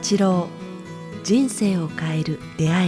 八郎、人生を変える出会い。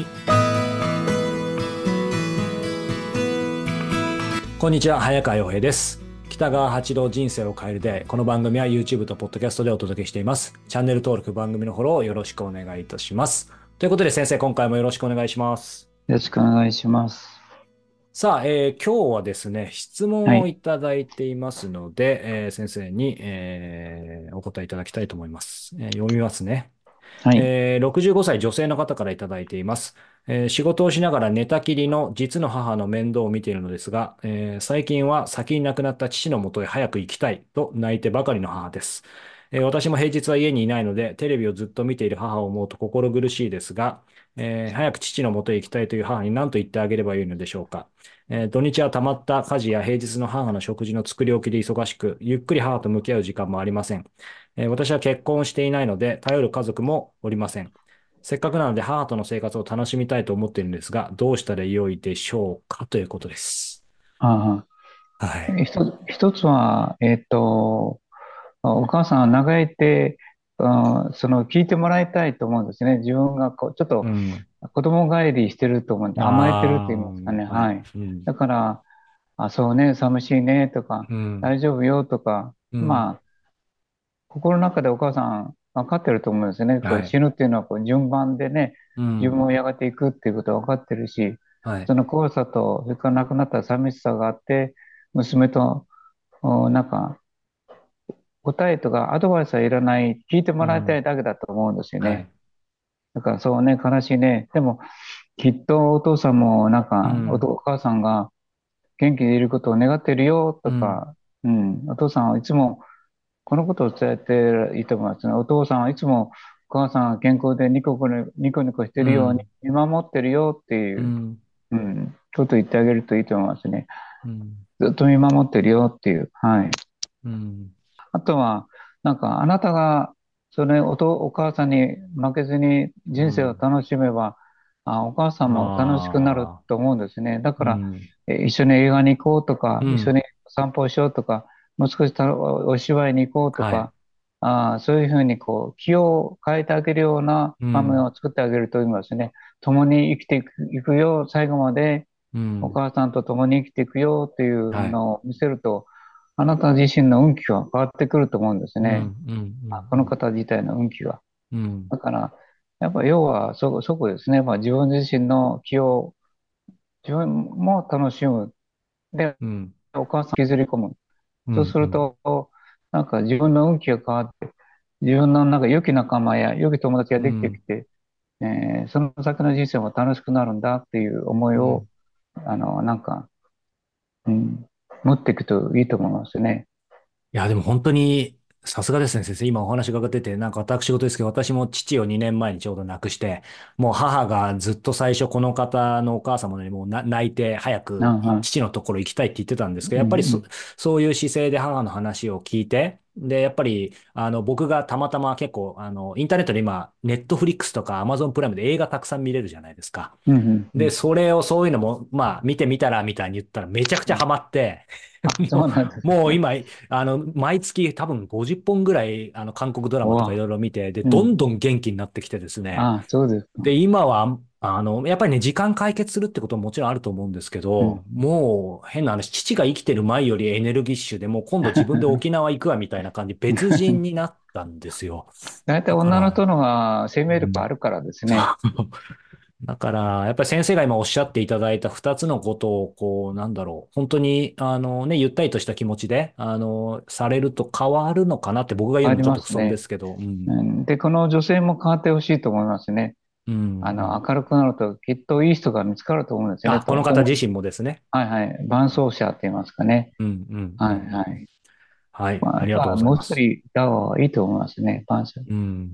こんにちは、早川洋平です。北川八郎人生を変える出会い。この番組は YouTube と Podcast でお届けしています。チャンネル登録、番組のフォローをよろしくお願いいたします。ということで先生、今回もよろしくお願いします。 よろしくお願いします。 さあ、今日はですね、質問をはい。 いただいていますので、先生に、お答えいただきたいと思います。読みますね。 はい。 65歳女性の方からいただいています。仕事をしながら寝たきりの実の母の面倒を見ているのですが、最近は先に亡くなった父のもとへ早く行きたいと泣いてばかりの母です。私も平日は家にいないので、テレビをずっと見ている母を思うと心苦しいですが、早く父のもとへ行きたいという母に何と言ってあげればよいのでしょうか。土日はたまった家事や平日の母の食事の作り置きで忙しく、ゆっくり母と向き合う時間もありません。私は結婚していないので、頼る家族もおりません。せっかくなので母との生活を楽しみたいと思っているんですが、どうしたらよいでしょうかということです。 あはい。 一つは、お母さんは嘆いて、聞いてもらいたいと思うんですね。自分がちょっとうん。 子供帰りしてると思うんで、甘えてるとあ言いますかね。 あ、はい。 はい。 うん。 だから、そうね、寂しいねとか、 うん。 大丈夫よとか、 うん。 まあ、心の中でお母さん分かってると思うんですよね。 はい。 死ぬっていうのは順番でね、 うん。 自分をやがていくっていうことは分かってるし、 はい。 その怖さと、それから亡くなった寂しさがあって、娘と、なんか、答えとかアドバイスはいらない、聞いてもらいたうん。 いだけだと思うんですよね。 はい。 だからそうね、悲しいね。でも、きっとお父さんも、お母さんが元気でいることを願ってるようん。 とか、うん、お父さんはいつもこのことを伝えていいと思いますね。お父さんはいつもお母さんが健康でニコニコしてるようにうん。 見守ってるよっていう、 うん。 うん、ことを言ってあげるといいと思いますね。 うん。 ずっと見守ってるよっていう。はい。 うん。 あとは、あなたが、お母さんに負けずに人生をうん。 楽しめば、お母さんも楽しくなるああ、 と思うんですね。だから、 うん。 一緒に映画に行こうとか、 うん。 一緒に散歩をしようとか、もう少したお芝居に行こうとはい。 か、そういうふうに気を変えてあげるような場面うん。 を作ってあげるといいますね。共に生きていくよ、最後までうん。 お母さんと共に生きていくよっていうはい。 のを見せると、あなた自身の運気が変わってくると思うんですうん。 ね。 うん。 この方自体の運気が。 うん。 だから、やっぱ要はそこですね。自分自身の気を、自分も楽しむ。で、 うん。 お母さんを削り込む。そうすうん。うん。 ると、自分の運気が変わって、自分の良き仲間や良き友達ができてきうん。 て、その先の人生も楽しくなるんだっていう思いを、 うん。 あの、なんか、うん、持っていくといいと思いますね。 いや、でも本当に、さすがですね、先生。今お話伺ってて、なんか私事ですけど、私も父を2年前にちょうど亡くして、もう母がずっと最初この方のお母様にもう泣いて早くうんうん父のところ行きたいって言ってたんですけど、 うやっぱりんそういう姿勢で母の話を聞いて、で、やっぱり、僕がたまたま結構、インターネットで今、ネットフリックスとかアマゾンプライムで映画たくさん見れるじゃないですか。 うんうんうで、 ん。 そういうのも、まあ、見てみたら、みたいに言ったら、めちゃくちゃハマって、 そうなんですか。 もう今、毎月多分50本ぐらい、韓国ドラおわ。 マとかいろいろ見て、で、 うん。 どんどん元気になってきてですね。 そうですで、 か。 今は、やっぱりね、時間解決するってことももちろんあると思うんですけうん。 ど、もう変な話、父が生きてる前よりエネルギッシュで、もう今度自分で沖縄行くわみたいな感じ、別人になったんですよ。 大体だから、 女の人のが生命力うん。 あるからですね。 だから、やっぱり先生が今おっしゃっていただいた二つのことを、こう、なんだろう、本当に、ゆったりとした気持ちで、されると変わるのかなって僕が言うありのもちょっと不ますね。 遜ですけど、うん。 うん、で、この女性も変わってほしいと思いますね。 うん、うん。 明るくなるときっといい人が見つかると思うんですよね。 あ、この方自身もですね。 はいはい。伴走者って言いますかね。 うん、うん、うはいん。 はい。 はい、ありがとうあとはもうございます。 一人いた方がいいと思いますね。伴走。 うん。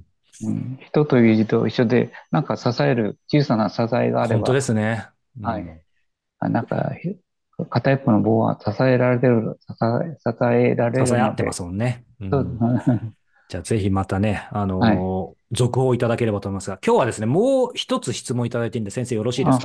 うん、人という字と一緒で、支える小さな支えがあれ本当でば、 すね。うはい。 ん。 片一方の棒は支えられ支え合ってまるので、 すもんね。うそうん。じゃあぜひまたね、 はい。 続報いただければと思いますが、今日はですね、もう一つ質問いただいているんで、先生よろしいですか？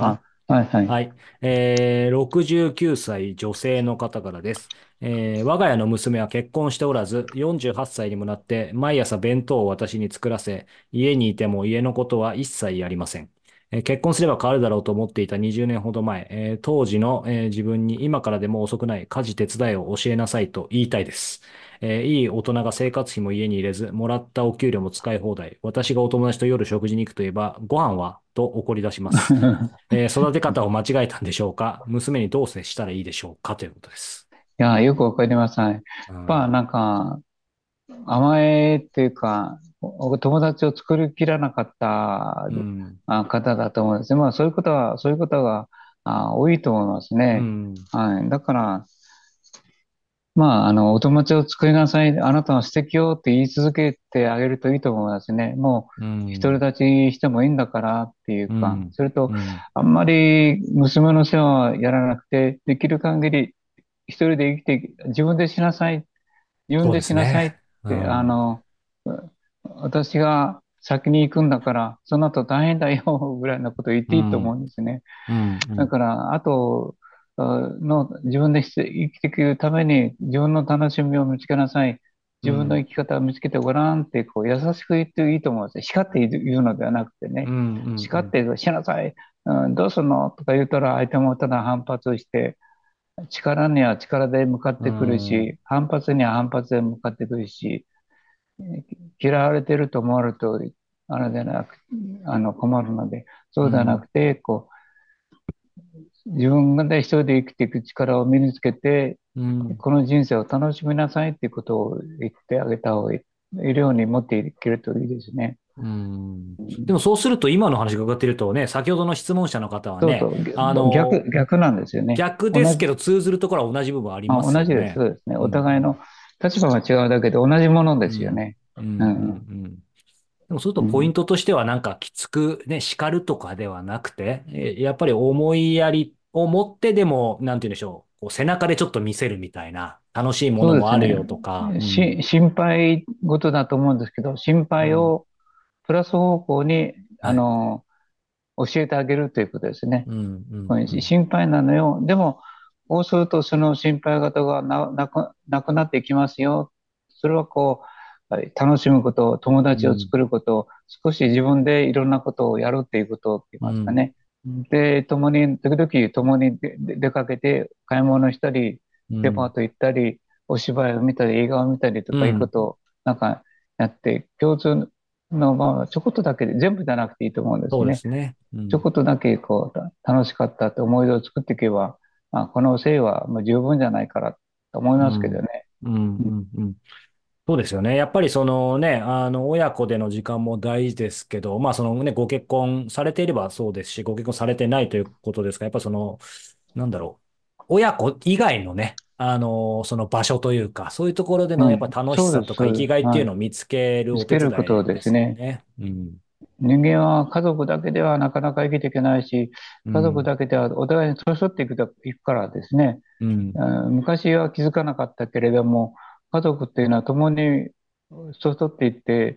はいはい。 はい。69歳女性の方からです。我が家の娘は結婚しておらず、48歳にもなって毎朝弁当を私に作らせ、家にいても家のことは一切やりません。結婚すれば変わるだろうと思っていた20年ほど前、当時の、自分に今からでも遅くない家事手伝いを教えなさいと言いたいです。いい大人が生活費も家に入れず、もらったお給料も使い放題。私がお友達と夜食事に行くと言えば、ご飯はと怒り出します。育て方を間違えたんでしょうか？娘にどう接したらいいでしょうか？ということです。 いや、よくわかります。はい。 うん。 なんか、甘えっていうか、友達を作りきらなかったうん。 方だと思うんですね。まあ、そういうことが多いと思いますうね。 ん。 はい。だから、お友達を作りなさい、あなたの素敵よって言い続けてあげるといいと思いますね。もうう、独りん。 立ちしてもいいんだからっていうか、 うん。 それと、 うん。 あんまり娘の世話はやらなくて、できる限り一人で生きて、自分でしなさい、自分でそうでしなさいっすね。うて、 ん。 私が先に行くんだから、その後大変だよぐらいのことを言っていいと思うん。 うんですね。 うん。うん。 だから、あと自分で生きていくために自分の楽しみを見つけなさい。自分のうん。 生き方を見つけてごらんって、こう、優しく言っていいと思うんですよ。叱って言うのではなくてね。 うん。うん。うん。 叱ってしなさい。どうすんのとか言ったら相手もただ反発して、力には力で向かっうてくるん。 し、反発には反発で向かってくるし、嫌われてると思われると、あれでなく、困るので、そうではなくて、こう、自分が一人で生きていく力を身につけて、 うん。 この人生を楽しみなさいっていうことを言ってあげた方がいるように持っていけるといいですね。 うん。 うん、 でもそうすると今の話が伺っているとね、先ほどの質問者の方はね、 そうそう、逆なんですよね。 逆ですけ同じ、 ど通ずるところは同じ部分あります同じです。 よね。 そうですね。 うん。 お互いの立場が違うだけで同じものでうん。 すよね。 うん。うん。 うん、 うん。でもそうするとポインうん。 トとしてはなんかきつくね、叱るとかではなくて、やっぱり思いやりを持ってでも、なんて言うんでしょう、こう背中でちょっと見せるみたいな、楽しいものそうですもあるよとか、 ね。 うん。 心配事だと思うんですけど、心うん。 配をプラス方向に、 はい。 教えてあげるということですね。 うん、うん、うん。 心配なのよ。でも、こうするとその心配事がなくなっていきますよ。それはこう、はい、楽しむこと、友達をうん、 作ること、少し自分でいろんなことをやるっていうことを言いうん、 ますかね。で、時々共に出かけて買い物したり、 うん、 デパート行ったり、お芝居を見たり、映画を見たりとかいうこうん。 とをやって、共通の、ちょこっとだけで全部じゃなくていいと思うんですそうでね。 すね。うん、 ちょこっとだけこう楽しかったって思い出を作っていけば、この生はもう十分じゃないからと思いますけどうん、 ね。 うん、 うん、 うん、うん。そうですよね。やっぱりそのね、親子での時間も大事ですけど、まあそのね、ご結婚されていればそうですし、ご結婚されてないということですが、やっぱその、なんだろう、親子以外のね、その場所というか、そういうところでのやっぱうん、 楽しそうです、 さとか生きそうです。はい。 がいっていうのを見つける見つお手けること伝いでですね。 すよね。うん。 人間は家族だけではなかなか生きていけないし、家族うん。 だけではお互いに年取っていくからですね。 うん。 昔は気づかなかったけれども、家族っていうのは共に年取っていって、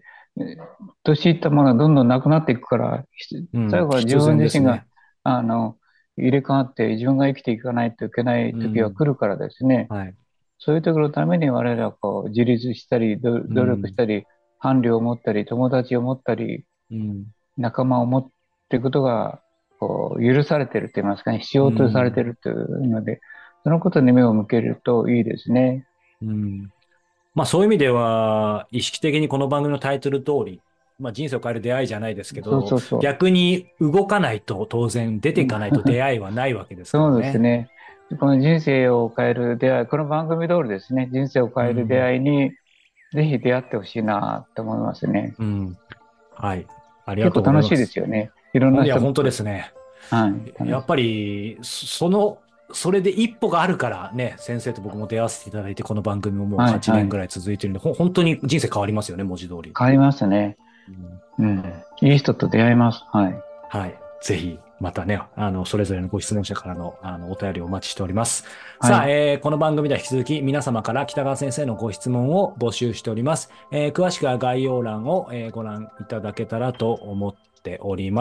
年いったものがどんどんなくなっていくから、 うん。 最後は自必然分自身が、 ですね。 あの、入れ替わって自分が生きていかないといけない時がうん。 来るからですね。 はい。 そういう時のために我々はこう自立したり、努力しうん。 たり、伴侶を持ったり、友達を持ったり、 うん。 仲間を持っていくことが、こう、許されていると言いますかね、必う要とされていん。 るというので、そのことに目を向けるといいですね。 うん。まあそういう意味では、意識的にこの番組のタイトル通り、まあ人生を変える出会いじゃないですけそうど、 そうそ逆に動かないと当然出てう。 いかないと出会いはないわけですからそうですね。 ね。この人生を変える出会い、この番組通りですね、人生を変える出うん。 会いにぜひ出会ってほしいなと思いますね。 うん。はい。ありがとうござ結構楽しいですいます。 よね。いろんないや、 人と、 本当ですね。 はい、楽しい。 やっぱり、それで一歩があるからね、先生と僕も出会わせていただいて、この番組ももうはい、 8 はい。 年ぐらい続いてるんで、本当に人生変わりますよね、文字通り。 変わりますね。 うん。 うん。いい人と出会います。はい。 はい。ぜひ、またね、それぞれのご質問者からの、お便りをお待ちしております。さあ、 はい。 この番組では引き続き皆様から北川先生のご質問を募集しております。詳しくは概要欄を、ご覧いただけたらと思っております。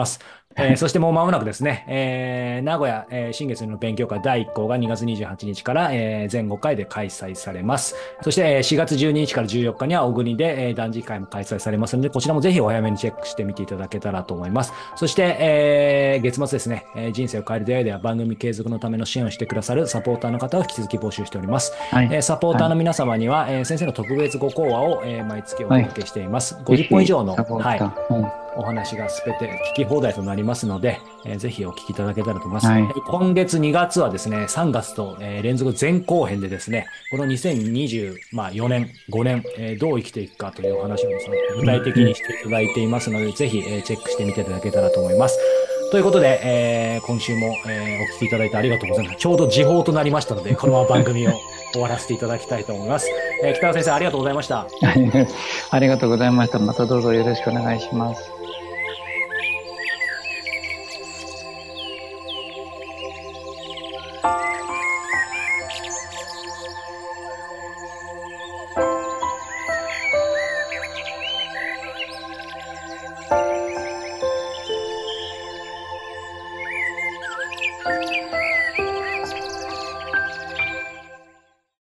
そしてもう間もなくですね、名古屋、新月の勉強会第1項が2月28日から、全5回で開催されます。そして、4月12日から14日には小国で、断食会も開催されますので、こちらもぜひお早めにチェックしてみていただけたらと思います。そして、月末ですね、人生を変える出会いでは番組継続のための支援をしてくださるサポーターの方を引き続き募集しております。 はい。 サポーターのはい。 皆様には、先生の特別ご講話を、毎月おはい。 届けしています。 ぜ 50本以ひ、 上の、 サポーはい、 ター。 お話がすべて聞き放題となりますので、ぜひお聞きいただけたらと思います。 はい。 今月2月はですね、3月と、連続前後編でですね、この2024年、5年、どう生きていくかというお話をですね、具体的にしていただいていますので、ぜひ、チェックしてみていただけたらと思います。ということで、今週も、お聞きいただいてありがとうございます。ちょうど時報となりましたので、このまま番組を終わらせていただきたいと思います。北川先生、ありがとうございました。 ありがとうございました。またどうぞよろしくお願いします。